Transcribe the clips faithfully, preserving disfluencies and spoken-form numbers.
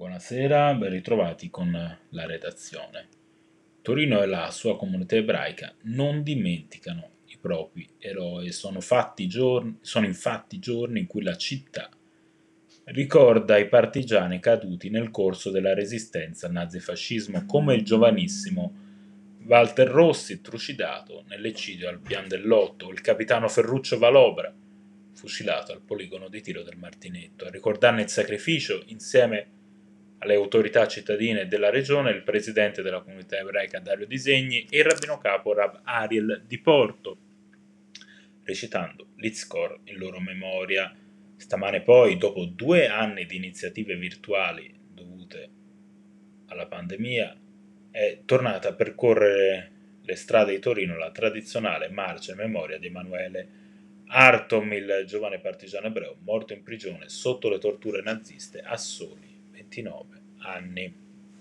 Buonasera, ben ritrovati con la redazione. Torino e la sua comunità ebraica non dimenticano i propri eroi. Sono, fatti giorni, sono infatti giorni in cui la città ricorda i partigiani caduti nel corso della resistenza al nazifascismo, come il giovanissimo Walter Rossi, trucidato nell'eccidio al Pian del Lotto, o il capitano Ferruccio Valobra, fucilato al poligono di tiro del Martinetto. A ricordarne il sacrificio, insieme alle autorità cittadine della regione, il presidente della comunità ebraica Dario Disegni e il rabbino capo Rab Ariel Di Porto, recitando l'Izkor in loro memoria. Stamane poi, dopo due anni di iniziative virtuali dovute alla pandemia, è tornata a percorrere le strade di Torino la tradizionale marcia in memoria di Emanuele Artom, il giovane partigiano ebreo morto in prigione sotto le torture naziste a soli ventinove anni.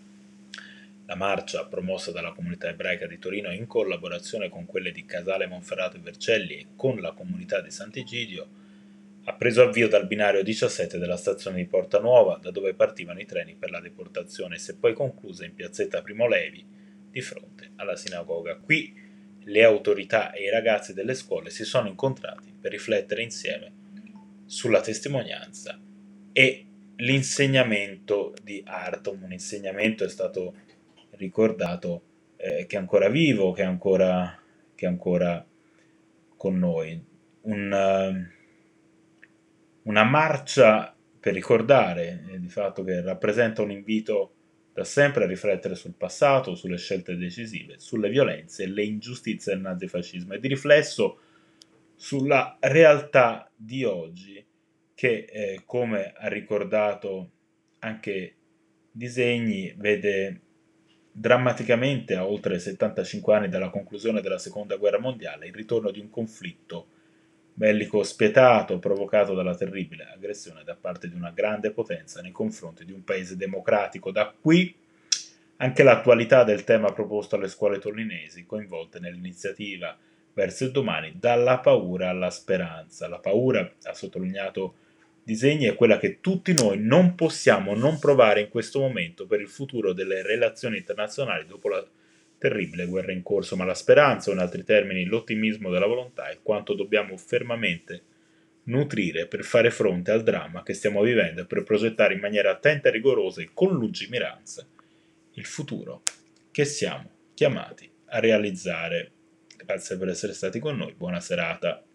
La marcia, promossa dalla comunità ebraica di Torino in collaborazione con quelle di Casale Monferrato e Vercelli e con la comunità di Sant'Egidio, ha preso avvio dal binario diciassette della stazione di Porta Nuova, da dove partivano i treni per la deportazione, e si è poi conclusa in piazzetta Primo Levi, di fronte alla sinagoga. Qui le autorità e i ragazzi delle scuole si sono incontrati per riflettere insieme sulla testimonianza e l'insegnamento di Artom. Un insegnamento, è stato ricordato, eh, che è ancora vivo, che è ancora, che è ancora con noi. Un, uh, una marcia per ricordare, eh, di fatto, che rappresenta un invito da sempre a riflettere sul passato, sulle scelte decisive, sulle violenze e le ingiustizie del nazifascismo, e di riflesso sulla realtà di oggi che, eh, come ha ricordato anche Disegni, vede drammaticamente, a oltre settantacinque anni dalla conclusione della seconda guerra mondiale, il ritorno di un conflitto bellico spietato provocato dalla terribile aggressione da parte di una grande potenza nei confronti di un paese democratico. Da qui anche l'attualità del tema proposto alle scuole torinesi coinvolte nell'iniziativa Verso il domani, dalla paura alla speranza. La paura, ha sottolineato Disegni, è quella che tutti noi non possiamo non provare in questo momento per il futuro delle relazioni internazionali dopo la terribile guerra in corso, ma la speranza, o in altri termini l'ottimismo della volontà, è quanto dobbiamo fermamente nutrire per fare fronte al dramma che stiamo vivendo e per progettare in maniera attenta e rigorosa e con lungimiranza il futuro che siamo chiamati a realizzare. Grazie per essere stati con noi, buona serata.